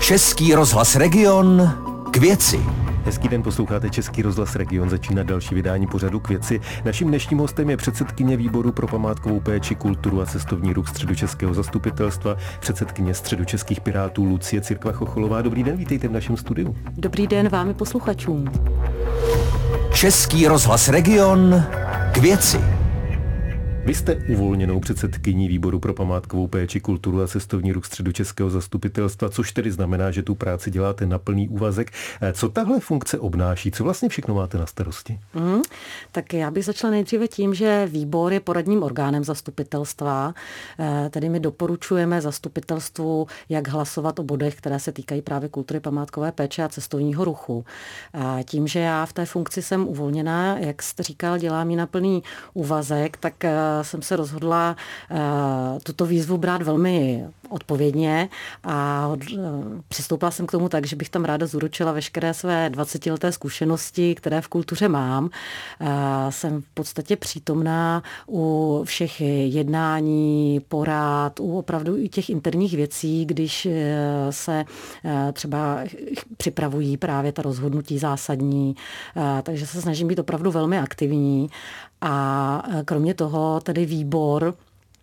Český rozhlas Region k věci. Hezký den, posloucháte Český rozhlas Region, začíná další vydání pořadu K věci. Naším dnešním hostem je předsedkyně výboru pro památkovou péči, kulturu a cestovní ruch Středočeského zastupitelstva, předsedkyně Středočeských pirátů Lucie Cirkva-Chocholová. Dobrý den, vítejte v našem studiu. Dobrý den vám i posluchačům. Český rozhlas Region k věci. Vy jste uvolněnou předsedkyní výboru pro památkovou péči, kulturu a cestovní ruch Středočeského zastupitelstva, což tedy znamená, že tu práci děláte na plný úvazek. Co tahle funkce obnáší? Co vlastně všechno máte na starosti? Tak já bych začala nejdříve tím, že výbor je poradním orgánem zastupitelstva. Tedy my doporučujeme zastupitelstvu, jak hlasovat o bodech, které se týkají právě kultury, památkové péče a cestovního ruchu. Tím, že já v té funkci jsem uvolněná, jak jste říkal, dělám ji na plný úvazek, tak jsem se rozhodla tuto výzvu brát velmi odpovědně a přistoupila jsem k tomu tak, že bych tam ráda zúročila veškeré své 20leté zkušenosti, které v kultuře mám. Jsem v podstatě přítomná u všech jednání, porad, u opravdu i těch interních věcí, když se třeba připravují právě ta rozhodnutí zásadní, takže se snažím být opravdu velmi aktivní. A kromě toho tedy výbor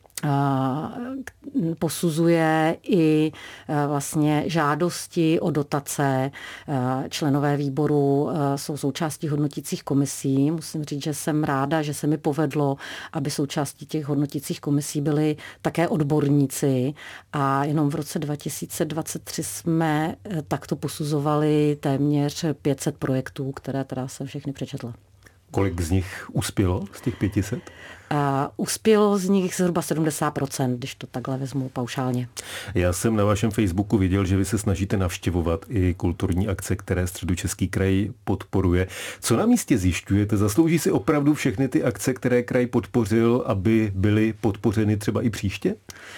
posuzuje i vlastně žádosti o dotace. Členové výboru jsou součástí hodnotících komisí. Musím říct, že jsem ráda, že se mi povedlo, aby součástí těch hodnotících komisí byli také odborníci. A jenom v roce 2023 jsme takto posuzovali téměř 500 projektů, které teda jsem všechny přečetla. Kolik z nich uspělo, z těch 500? Uspělo z nich zhruba 70%, když to takhle vezmu paušálně. Já jsem na vašem Facebooku viděl, že vy se snažíte navštěvovat i kulturní akce, které Středočeský kraj podporuje. Co na místě zjišťujete? Zaslouží si opravdu všechny ty akce, které kraj podpořil, aby byly podpořeny třeba i příště?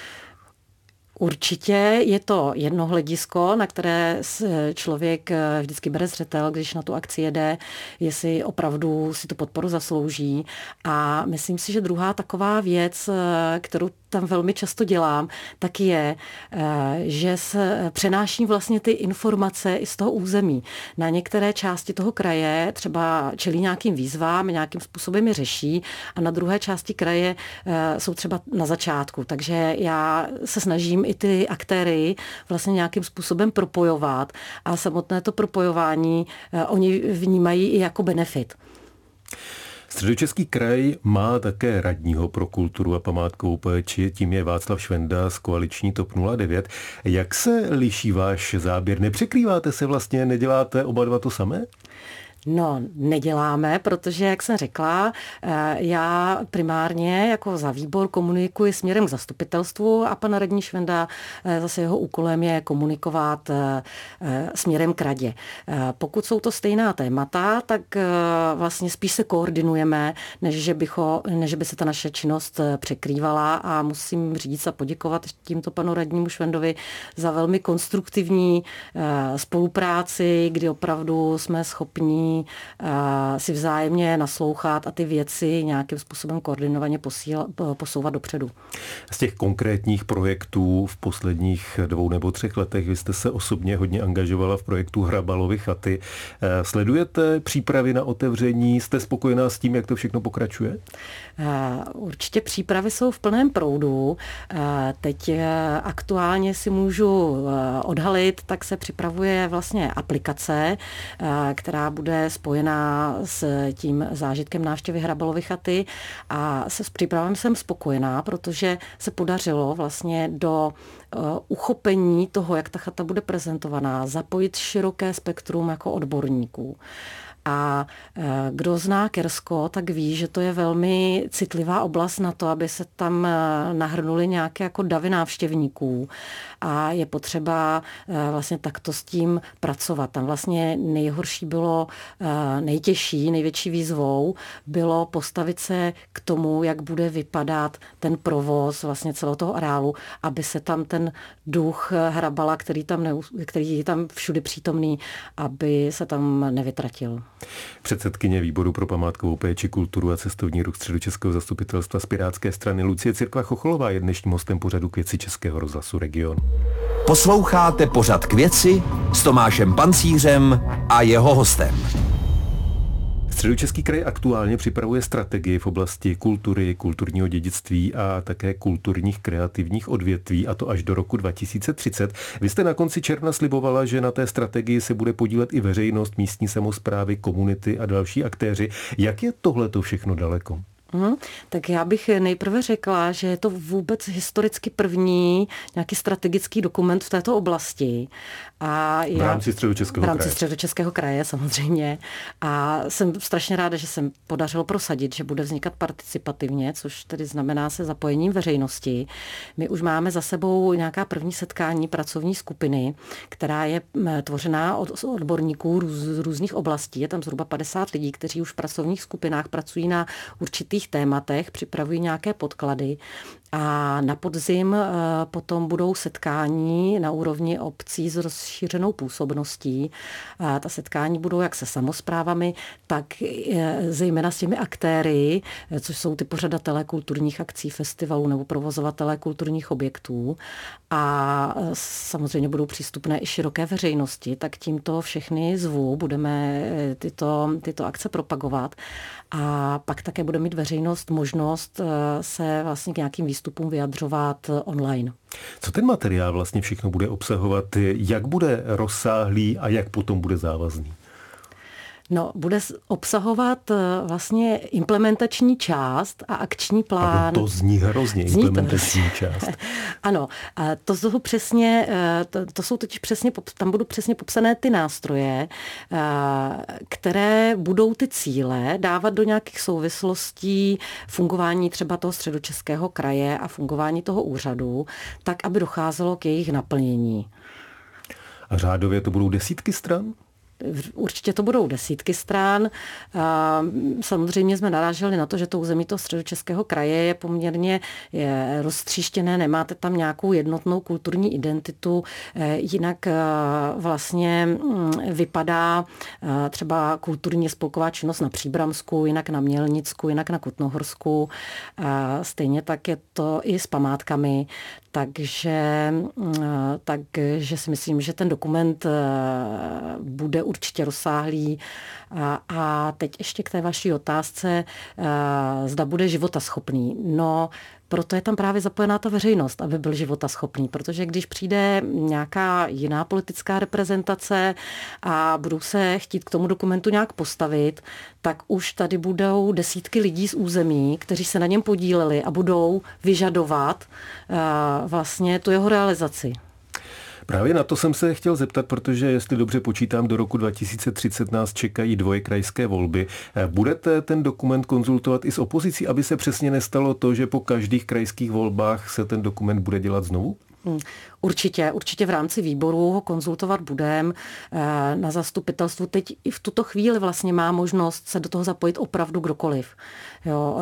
Určitě je to jedno hledisko, na které člověk vždycky bere zřetel, když na tu akci jede, jestli opravdu si tu podporu zaslouží. A myslím si, že druhá taková věc, kterou tam velmi často dělám, tak je, že se přenáším vlastně ty informace i z toho území. Na některé části toho kraje třeba čelí nějakým výzvám, nějakým způsobem je řeší a na druhé části kraje jsou třeba na začátku. Takže já se snažím i ty aktéry vlastně nějakým způsobem propojovat a samotné to propojování oni vnímají i jako benefit. Středočeský kraj má také radního pro kulturu a památkovou péči, tím je Václav Švenda z koaliční TOP 09. Jak se liší váš záběr? Nepřekrýváte se vlastně, neděláte oba dva to samé? No, neděláme, protože, jak jsem řekla, já primárně jako za výbor komunikuji směrem k zastupitelstvu a pan radní Švenda zase jeho úkolem je komunikovat směrem k radě. Pokud jsou to stejná témata, tak vlastně spíš se koordinujeme, než by se ta naše činnost překrývala a musím říct a poděkovat tímto panu radnímu Švendovi za velmi konstruktivní spolupráci, kdy opravdu jsme schopni si vzájemně naslouchat a ty věci nějakým způsobem koordinovaně posouvat dopředu. Z těch konkrétních projektů v posledních 2 nebo 3 letech vy jste se osobně hodně angažovala v projektu Hrabalovy chaty. Sledujete přípravy na otevření? Jste spokojená s tím, jak to všechno pokračuje? Určitě přípravy jsou v plném proudu. Teď aktuálně si můžu odhalit, tak se připravuje vlastně aplikace, která bude spojená s tím zážitkem návštěvy Hrabalovy chaty a se s přípravem jsem spokojená, protože se podařilo vlastně do uchopení toho, jak ta chata bude prezentovaná, zapojit široké spektrum jako odborníků. A kdo zná Kersko, tak ví, že to je velmi citlivá oblast na to, aby se tam nahrnuly nějaké jako davy návštěvníků a je potřeba vlastně takto s tím pracovat. Tam vlastně nejhorší bylo, nejtěžší, největší výzvou bylo postavit se k tomu, jak bude vypadat ten provoz vlastně celého toho areálu, aby se tam ten duch Hrabala, který je tam všudy přítomný, aby se tam nevytratil. Předsedkyně výboru pro památkovou péči, kulturu a cestovní ruch Středočeského zastupitelstva z Pirátské strany Lucie Cirkva-Chocholová je dnešním hostem pořadu K věci Českého rozhlasu Region. Posloucháte pořad K věci s Tomášem Pancířem a jeho hostem. Středočeský kraj aktuálně připravuje strategii v oblasti kultury, kulturního dědictví a také kulturních kreativních odvětví, a to až do roku 2030. Vy jste na konci června slibovala, že na té strategii se bude podílet i veřejnost, místní samosprávy, komunity a další aktéři. Jak je tohleto všechno daleko? Tak já bych nejprve řekla, že je to vůbec historicky první nějaký strategický dokument v této oblasti. A v rámci Středočeského kraje. V rámci Středočeského kraje samozřejmě. A jsem strašně ráda, že se podařilo prosadit, že bude vznikat participativně, což tedy znamená se zapojením veřejnosti. My už máme za sebou nějaká první setkání pracovní skupiny, která je tvořená od odborníků z různých oblastí. Je tam zhruba 50 lidí, kteří už v pracovních skupinách pracují na určitých tématech, připravují nějaké podklady. A na podzim potom budou setkání na úrovni obcí s rozšířenou působností. A ta setkání budou jak se samosprávami, tak zejména s těmi aktéry, což jsou ty pořadatelé kulturních akcí, festivalů nebo provozovatelé kulturních objektů. A samozřejmě budou přístupné i široké veřejnosti, tak tímto všechny zvu, budeme tyto akce propagovat. A pak také bude mít veřejnost možnost se vlastně k nějakým výstupům vyjadřovat online. Co ten materiál vlastně všechno bude obsahovat? Jak bude rozsáhlý a jak potom bude závazný? No, bude obsahovat vlastně implementační část a akční plán. To zní hrozně, implementační část. Ano, to jsou totiž přesně, tam budou přesně popsané ty nástroje, které budou ty cíle dávat do nějakých souvislostí fungování třeba toho Středočeského kraje a fungování toho úřadu, tak, aby docházelo k jejich naplnění. A řádově to budou desítky stran? Určitě to budou desítky stran. Samozřejmě jsme naráželi na to, že to území toho Středočeského kraje je poměrně roztříštěné, nemáte tam nějakou jednotnou kulturní identitu, jinak vlastně vypadá třeba kulturní spolková činnost na Příbramsku, jinak na Mělnicku, jinak na Kutnohorsku. Stejně tak je to i s památkami. Takže si myslím, že ten dokument bude určitě rozsáhlý. A teď ještě k té vaší otázce, zda bude životaschopný. No, proto je tam právě zapojená ta veřejnost, aby byl životaschopný, protože když přijde nějaká jiná politická reprezentace a budou se chtít k tomu dokumentu nějak postavit, tak už tady budou desítky lidí z území, kteří se na něm podíleli a budou vyžadovat vlastně tu jeho realizaci. Právě na to jsem se chtěl zeptat, protože jestli dobře počítám, do roku 2030 nás čekají 2 krajské volby. Budete ten dokument konzultovat i s opozicí, aby se přesně nestalo to, že po každých krajských volbách se ten dokument bude dělat znovu? Určitě v rámci výboru ho konzultovat budeme. Na zastupitelstvu teď i v tuto chvíli vlastně má možnost se do toho zapojit opravdu kdokoliv. Jo,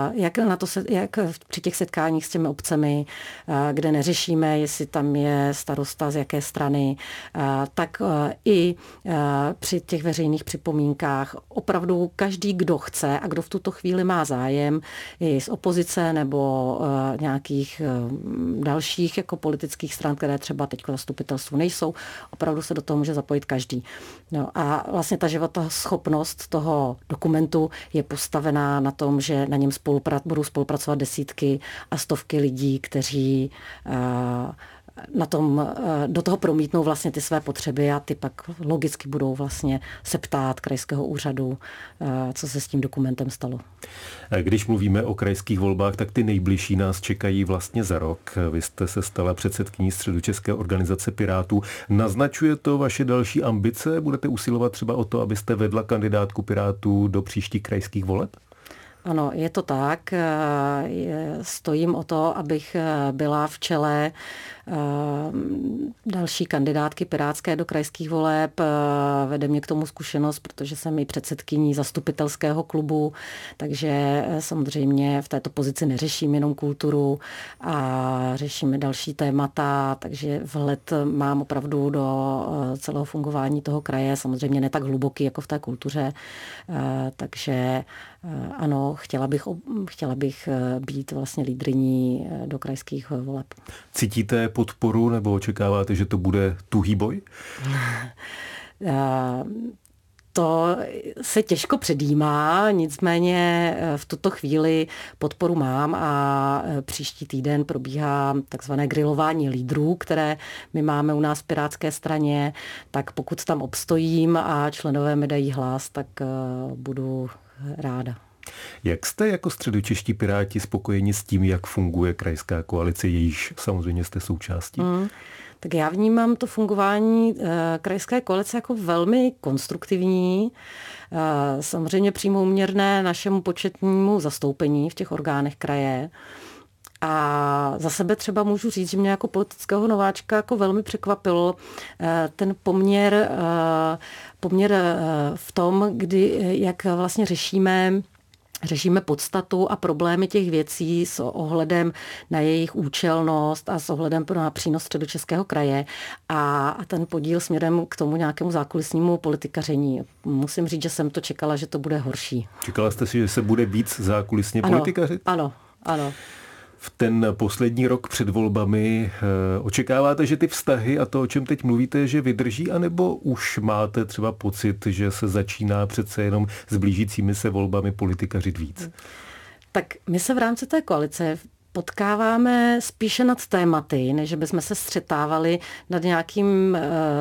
jak při těch setkáních s těmi obcemi, kde neřešíme, jestli tam je starosta z jaké strany, tak i při těch veřejných připomínkách opravdu každý, kdo chce a kdo v tuto chvíli má zájem, i z opozice nebo nějakých dalších jako politických stran, které třeba teď v zastupitelstvu nejsou, opravdu se do toho může zapojit každý. No a vlastně ta životaschopnost toho dokumentu je postavená na tom, že na něm budou spolupracovat desítky a stovky lidí, kteří na tom, do toho promítnou vlastně ty své potřeby a ty pak logicky budou vlastně se ptát krajského úřadu, co se s tím dokumentem stalo. Když mluvíme o krajských volbách, tak ty nejbližší nás čekají vlastně za rok. Vy jste se stala předsedkyní Středočeské organizace Pirátů. Naznačuje to vaše další ambice? Budete usilovat třeba o to, abyste vedla kandidátku Pirátů do příštích krajských voleb? Ano, je to tak. Stojím o to, abych byla v čele další kandidátky pirátské do krajských voleb. Vede mě k tomu zkušenost, protože jsem i předsedkyní zastupitelského klubu, takže samozřejmě v této pozici neřeším jenom kulturu a řešíme další témata, takže vhled mám opravdu do celého fungování toho kraje, samozřejmě ne tak hluboký jako v té kultuře, takže ano, chtěla bych být vlastně lídryní do krajských voleb. Cítíte podporu, nebo očekáváte, že to bude tuhý boj? To se těžko předjímá, nicméně v tuto chvíli podporu mám a příští týden probíhá takzvané grilování lídrů, které my máme u nás v Pirátské straně, tak pokud tam obstojím a členové mi dají hlas, tak budu ráda. Jak jste jako středočeští Piráti spokojeni s tím, jak funguje krajská koalice, jejíž samozřejmě jste součástí? Tak já vnímám to fungování krajské koalice jako velmi konstruktivní, samozřejmě přímo úměrné našemu početnímu zastoupení v těch orgánech kraje. A za sebe třeba můžu říct, že mě jako politického nováčka jako velmi překvapilo ten poměr v tom, jak vlastně řešíme podstatu a problémy těch věcí s ohledem na jejich účelnost a s ohledem na přínos Středočeského kraje a ten podíl směrem k tomu nějakému zákulisnímu politikaření. Musím říct, že jsem to čekala, že to bude horší. Čekala jste si, že se bude víc zákulisně politikařit? Ano. V ten poslední rok před volbami očekáváte, že ty vztahy a to, o čem teď mluvíte, že vydrží, anebo už máte třeba pocit, že se začíná přece jenom s blížícími se volbami politikařit víc? Tak my se v rámci té koalice potkáváme spíše nad tématy, než bychom se střetávali nad nějakým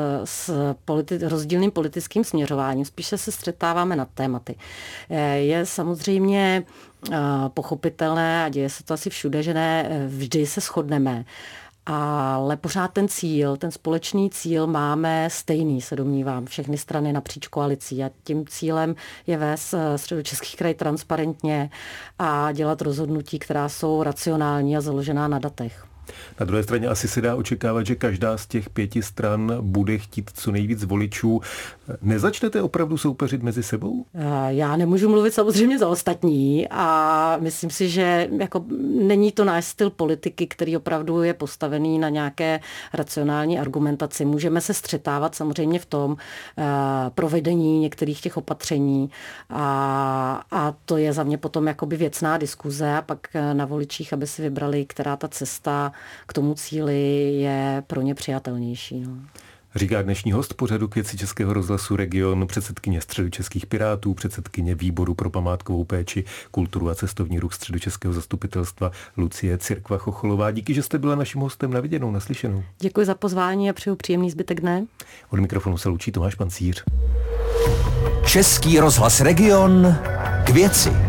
rozdílným politickým směřováním. Spíše se střetáváme nad tématy. Je samozřejmě pochopitelné, a děje se to asi všude, že ne vždy se shodneme. Ale pořád ten společný cíl máme stejný, se domnívám, všechny strany napříč koalicí. A tím cílem je vést Středočeský kraj transparentně a dělat rozhodnutí, která jsou racionální a založená na datech. Na druhé straně asi se dá očekávat, že každá z těch 5 stran bude chtít co nejvíc voličů. Nezačnete opravdu soupeřit mezi sebou? Já nemůžu mluvit samozřejmě za ostatní a myslím si, že jako není to náš styl politiky, který opravdu je postavený na nějaké racionální argumentaci. Můžeme se střetávat samozřejmě v tom provedení některých těch opatření a to je za mě potom jakoby věcná diskuze a pak na voličích, aby si vybrali, která ta cesta k tomu cíli je pro ně přijatelnější. No. Říká dnešní host pořadu K věci Českého rozhlasu Region, předsedkyně Středočeských Pirátů, předsedkyně Výboru pro památkovou péči, kulturu a cestovní ruch Středočeského zastupitelstva Lucie Cirkva-Chocholová. Díky, že jste byla naším hostem. Na viděnou, naslyšenou. Děkuji za pozvání a přeju příjemný zbytek dne. Od mikrofonu se loučí Tomáš Pancíř. Český rozhlas Region, K věci.